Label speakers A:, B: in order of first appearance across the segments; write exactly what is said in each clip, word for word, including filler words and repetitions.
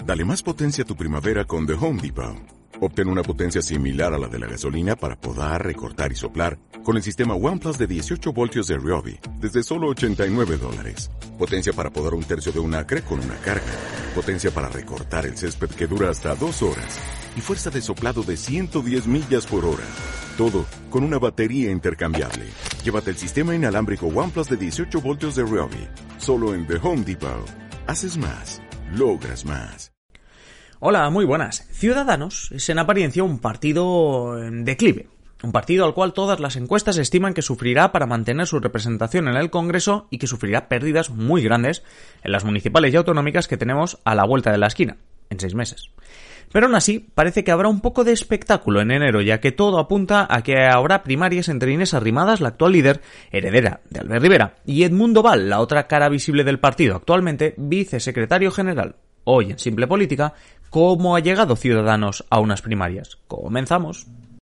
A: Dale más potencia a tu primavera con The Home Depot. Obtén una potencia similar a la de la gasolina para podar, recortar y soplar con el sistema OnePlus de dieciocho voltios de Ryobi desde solo ochenta y nueve dólares. Potencia para podar un tercio de un acre con una carga. Potencia para recortar el césped que dura hasta dos horas. Y fuerza de soplado de ciento diez millas por hora. Todo con una batería intercambiable. Llévate el sistema inalámbrico OnePlus de dieciocho voltios de Ryobi. Solo en The Home Depot. Haces más. Logras más.
B: Hola, muy buenas. Ciudadanos es en apariencia un partido en declive. Un partido al cual todas las encuestas estiman que sufrirá para mantener su representación en el Congreso y que sufrirá pérdidas muy grandes en las municipales y autonómicas que tenemos a la vuelta de la esquina, en seis meses. Pero aún así, parece que habrá un poco de espectáculo en enero, ya que todo apunta a que habrá primarias entre Inés Arrimadas, la actual líder, heredera de Albert Rivera, y Edmundo Val, la otra cara visible del partido, actualmente vicesecretario general. Hoy en Simple Política, ¿cómo ha llegado Ciudadanos a unas primarias? Comenzamos.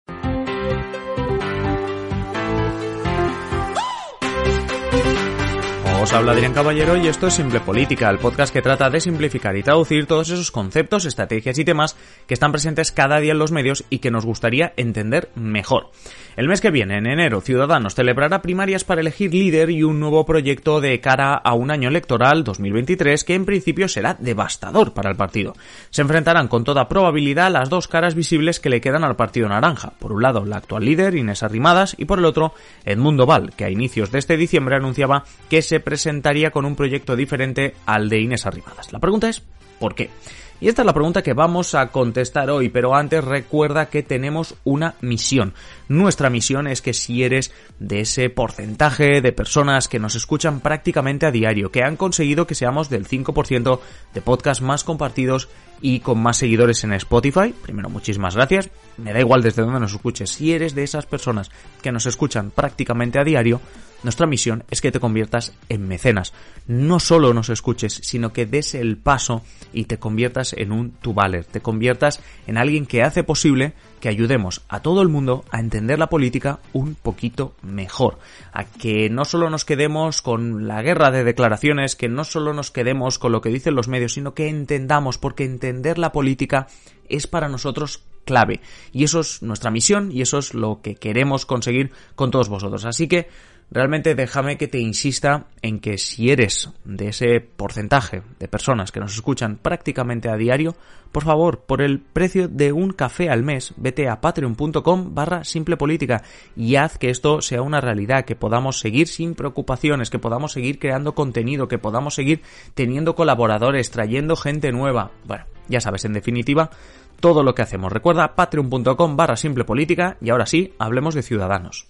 B: Os habla Adrián Caballero y esto es Simple Política, el podcast que trata de simplificar y traducir todos esos conceptos, estrategias y temas que están presentes cada día en los medios y que nos gustaría entender mejor. El mes que viene, en enero, Ciudadanos celebrará primarias para elegir líder y un nuevo proyecto de cara a un año electoral dos mil veintitrés que en principio será devastador para el partido. Se enfrentarán con toda probabilidad las dos caras visibles que le quedan al partido naranja. Por un lado, la actual líder, Inés Arrimadas, y por el otro, Edmundo Val, que a inicios de este diciembre anunciaba que se presentaría con un proyecto diferente al de Inés Arrimadas. La pregunta es, ¿por qué? Y esta es la pregunta que vamos a contestar hoy, pero antes recuerda que tenemos una misión. Nuestra misión es que si eres de ese porcentaje de personas que nos escuchan prácticamente a diario, que han conseguido que seamos del cinco por ciento de podcasts más compartidos y con más seguidores en Spotify, primero muchísimas gracias, me da igual desde dónde nos escuches, si eres de esas personas que nos escuchan prácticamente a diario, nuestra misión es que te conviertas en mecenas. No solo nos escuches, sino que des el paso y te conviertas en un tubaler, te conviertas en alguien que hace posible que ayudemos a todo el mundo a entender la política un poquito mejor, a que no solo nos quedemos con la guerra de declaraciones, que no solo nos quedemos con lo que dicen los medios, sino que entendamos, porque entender la política es para nosotros clave. Y eso es nuestra misión y eso es lo que queremos conseguir con todos vosotros. Así que realmente déjame que te insista en que si eres de ese porcentaje de personas que nos escuchan prácticamente a diario, por favor, por el precio de un café al mes, vete a patreon.com barra simplepolítica y haz que esto sea una realidad, que podamos seguir sin preocupaciones, que podamos seguir creando contenido, que podamos seguir teniendo colaboradores, trayendo gente nueva. Bueno, ya sabes, en definitiva, todo lo que hacemos. Recuerda patreon.com barra simplepolítica y ahora sí, hablemos de Ciudadanos.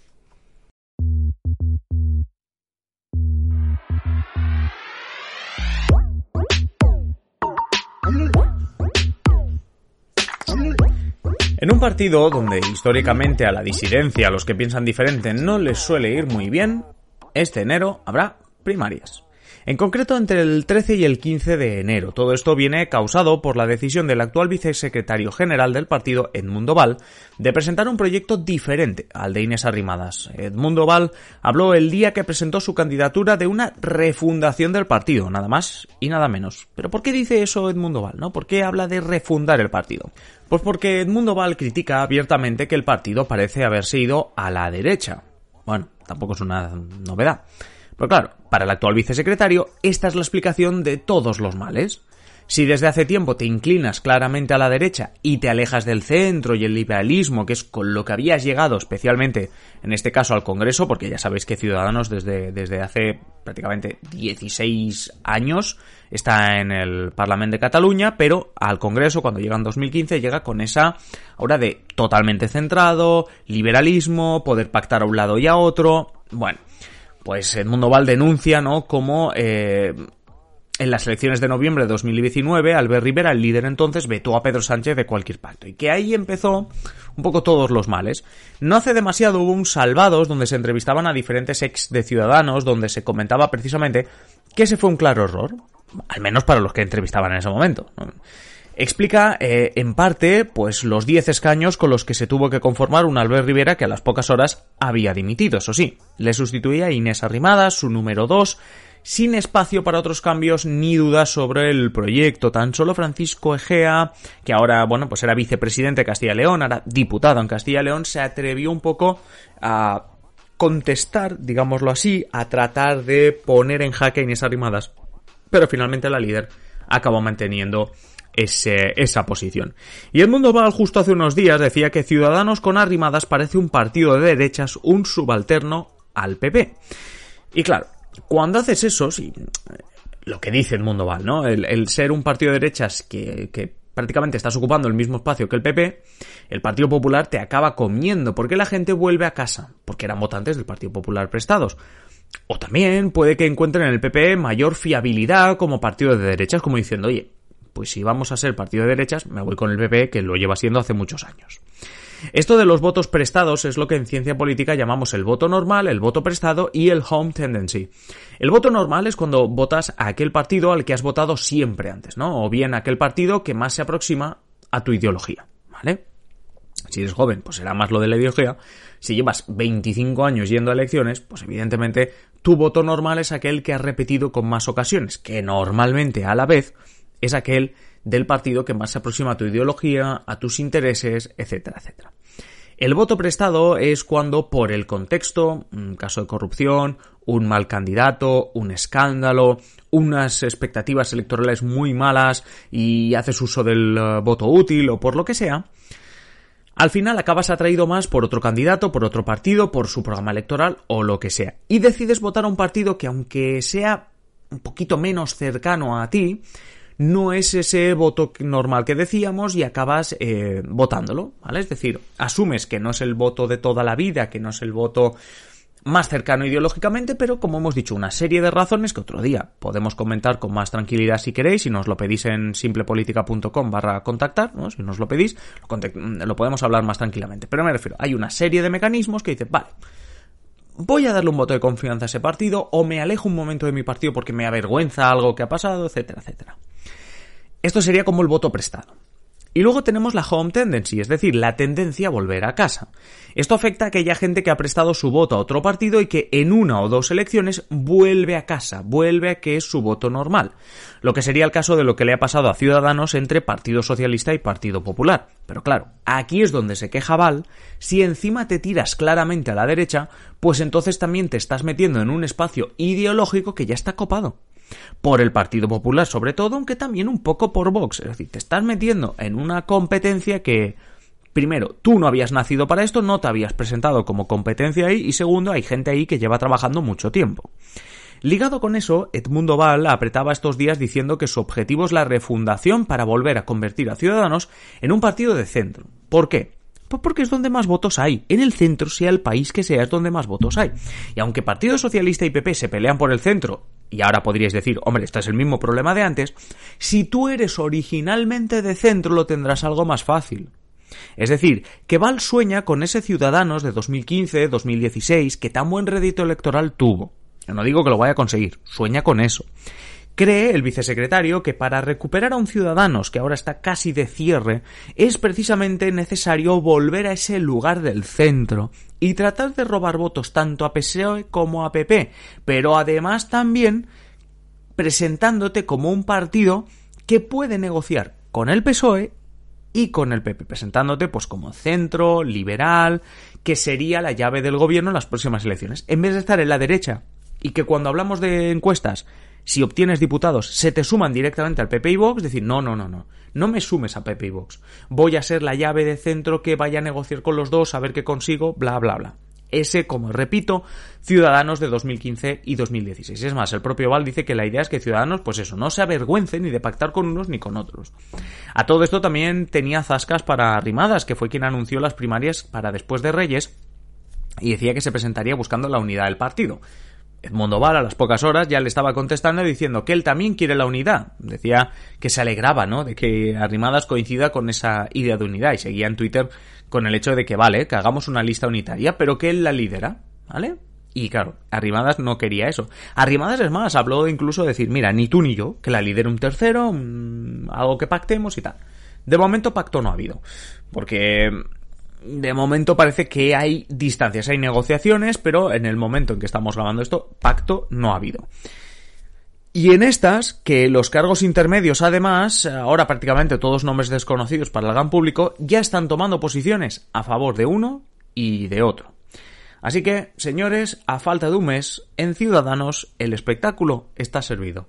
B: En un partido donde históricamente a la disidencia, a los que piensan diferente, no les suele ir muy bien, este enero habrá primarias. En concreto entre el trece y el quince de enero. Todo esto viene causado por la decisión del actual vicesecretario general del partido, Edmundo Val, de presentar un proyecto diferente al de Inés Arrimadas. Edmundo Val habló el día que presentó su candidatura de una refundación del partido, nada más y nada menos. ¿Pero por qué dice eso Edmundo Val, no? ¿Por qué habla de refundar el partido? Pues porque Edmundo Val critica abiertamente que el partido parece haberse ido a la derecha. Bueno, tampoco es una novedad. Pero claro, para el actual vicesecretario, esta es la explicación de todos los males. Si desde hace tiempo te inclinas claramente a la derecha y te alejas del centro y el liberalismo, que es con lo que habías llegado especialmente, en este caso al Congreso, porque ya sabéis que Ciudadanos desde, desde hace prácticamente dieciséis años está en el Parlamento de Cataluña, pero al Congreso, cuando llega en dos mil quince, llega con esa aura de totalmente centrado, liberalismo, poder pactar a un lado y a otro. Bueno, pues Edmundo Val denuncia, ¿no?, como eh, en las elecciones de noviembre de dos mil diecinueve, Albert Rivera, el líder entonces, vetó a Pedro Sánchez de cualquier pacto. Y que ahí empezó un poco todos los males. No hace demasiado hubo un Salvados donde se entrevistaban a diferentes ex de Ciudadanos, donde se comentaba precisamente que ese fue un claro error, al menos para los que entrevistaban en ese momento, ¿no? Explica, eh, en parte, pues los diez escaños con los que se tuvo que conformar un Albert Rivera que a las pocas horas había dimitido, eso sí. Le sustituía Inés Arrimadas, su número dos, sin espacio para otros cambios ni dudas sobre el proyecto. Tan solo Francisco Egea, que ahora, bueno, pues era vicepresidente de Castilla y León, ahora diputado en Castilla y León, se atrevió un poco a contestar, digámoslo así, a tratar de poner en jaque a Inés Arrimadas, pero finalmente la líder acabó manteniendo Ese, esa posición. Y Edmundo Val justo hace unos días decía que Ciudadanos con Arrimadas parece un partido de derechas, un subalterno al P P. Y claro, cuando haces eso, sí, lo que dice Edmundo Val, ¿no? El, el ser un partido de derechas que, que prácticamente estás ocupando el mismo espacio que el P P, el Partido Popular te acaba comiendo, porque la gente vuelve a casa, porque eran votantes del Partido Popular prestados. O también puede que encuentren en el P P mayor fiabilidad como partido de derechas, como diciendo, oye, pues si vamos a ser partido de derechas, me voy con el P P, que lo lleva siendo hace muchos años. Esto de los votos prestados es lo que en ciencia política llamamos el voto normal, el voto prestado y el home tendency. El voto normal es cuando votas a aquel partido al que has votado siempre antes, ¿no? O bien a aquel partido que más se aproxima a tu ideología, ¿vale? Si eres joven, pues será más lo de la ideología. Si llevas veinticinco años yendo a elecciones, pues evidentemente tu voto normal es aquel que has repetido con más ocasiones, que normalmente a la vez es aquel del partido que más se aproxima a tu ideología, a tus intereses, etcétera, etcétera. El voto prestado es cuando por el contexto, un caso de corrupción, un mal candidato, un escándalo, unas expectativas electorales muy malas y haces uso del uh, voto útil o por lo que sea, al final acabas atraído más por otro candidato, por otro partido, por su programa electoral o lo que sea. Y decides votar a un partido que aunque sea un poquito menos cercano a ti, no es ese voto normal que decíamos y acabas eh, votándolo, ¿vale? Es decir, asumes que no es el voto de toda la vida, que no es el voto más cercano ideológicamente, pero como hemos dicho, una serie de razones que otro día podemos comentar con más tranquilidad si queréis, si nos lo pedís en simplepolitica.com barra contactar, ¿no? Si nos lo pedís, lo, lo podemos hablar más tranquilamente. Pero me refiero, hay una serie de mecanismos que dicen, vale, voy a darle un voto de confianza a ese partido o me alejo un momento de mi partido porque me avergüenza algo que ha pasado, etcétera, etcétera. Esto sería como el voto prestado. Y luego tenemos la home tendency, es decir, la tendencia a volver a casa. Esto afecta a aquella gente que ha prestado su voto a otro partido y que en una o dos elecciones vuelve a casa, vuelve a que es su voto normal. Lo que sería el caso de lo que le ha pasado a Ciudadanos entre Partido Socialista y Partido Popular. Pero claro, aquí es donde se queja Val, si encima te tiras claramente a la derecha, pues entonces también te estás metiendo en un espacio ideológico que ya está copado. Por el Partido Popular sobre todo, aunque también un poco por Vox. Es decir, te estás metiendo en una competencia que, primero, tú no habías nacido para esto, no te habías presentado como competencia ahí, y segundo, hay gente ahí que lleva trabajando mucho tiempo. Ligado con eso, Edmundo Val apretaba estos días diciendo que su objetivo es la refundación para volver a convertir a Ciudadanos en un partido de centro. ¿Por qué? Pues porque es donde más votos hay. En el centro, sea el país que sea, es donde más votos hay. Y aunque Partido Socialista y P P se pelean por el centro, y ahora podríais decir, hombre, este es el mismo problema de antes, si tú eres originalmente de centro lo tendrás algo más fácil. Es decir, que Val sueña con ese Ciudadanos de dos mil quince, dos mil dieciséis, que tan buen rédito electoral tuvo. Yo no digo que lo vaya a conseguir, sueña con eso. Cree el vicesecretario que para recuperar a un Ciudadanos que ahora está casi de cierre, es precisamente necesario volver a ese lugar del centro y tratar de robar votos tanto a P S O E como a P P, pero además también presentándote como un partido que puede negociar con el P S O E y con el P P, presentándote pues como centro, liberal, que sería la llave del gobierno en las próximas elecciones, en vez de estar en la derecha y que cuando hablamos de encuestas, si obtienes diputados, se te suman directamente al P P y Vox, decir, no, no, no, no, no me sumes a P P y Vox. Voy a ser la llave de centro que vaya a negociar con los dos, a ver qué consigo, bla, bla, bla. Ese, como repito, Ciudadanos de dos mil quince y dos mil dieciséis. Es más, el propio Val dice que la idea es que Ciudadanos, pues eso, no se avergüence ni de pactar con unos ni con otros. A todo esto también tenía zascas para Arrimadas, que fue quien anunció las primarias para después de Reyes y decía que se presentaría buscando la unidad del partido. Edmundo Val a las pocas horas ya le estaba contestando diciendo que él también quiere la unidad. Decía que se alegraba, ¿no?, de que Arrimadas coincida con esa idea de unidad y seguía en Twitter con el hecho de que vale, que hagamos una lista unitaria, pero que él la lidera, ¿vale? Y claro, Arrimadas no quería eso. Arrimadas, es más, habló incluso de decir, mira, ni tú ni yo, que la lidere un tercero, mmm, algo que pactemos y tal. De momento pacto no ha habido, porque de momento parece que hay distancias, hay negociaciones, pero en el momento en que estamos grabando esto, pacto no ha habido. Y en estas, que los cargos intermedios, además, ahora prácticamente todos nombres desconocidos para el gran público, ya están tomando posiciones a favor de uno y de otro. Así que, señores, a falta de un mes, en Ciudadanos el espectáculo está servido.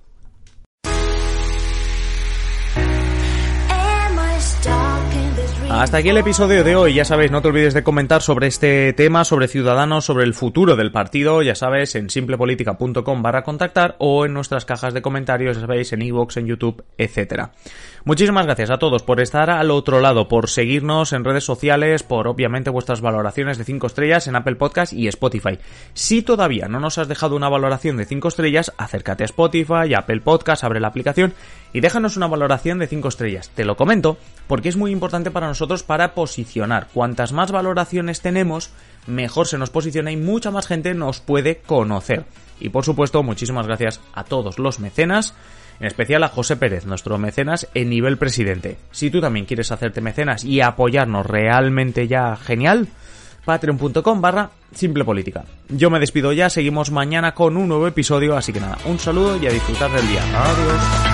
B: Hasta aquí el episodio de hoy, ya sabéis, no te olvides de comentar sobre este tema, sobre Ciudadanos, sobre el futuro del partido, ya sabes, en simplepolitica.com barra contactar o en nuestras cajas de comentarios, ya sabéis, en iVoox, en YouTube, etcétera. Muchísimas gracias a todos por estar al otro lado, por seguirnos en redes sociales, por obviamente vuestras valoraciones de cinco estrellas en Apple Podcast y Spotify. Si todavía no nos has dejado una valoración de cinco estrellas, acércate a Spotify, a Apple Podcast, abre la aplicación y déjanos una valoración de cinco estrellas. Te lo comento porque es muy importante para nosotros para posicionar. Cuantas más valoraciones tenemos, mejor se nos posiciona y mucha más gente nos puede conocer. Y por supuesto, muchísimas gracias a todos los mecenas, en especial a José Pérez, nuestro mecenas en nivel presidente. Si tú también quieres hacerte mecenas y apoyarnos realmente ya genial, patreon.com barra simplepolítica. Yo me despido ya, seguimos mañana con un nuevo episodio, así que nada, un saludo y a disfrutar del día. Adiós.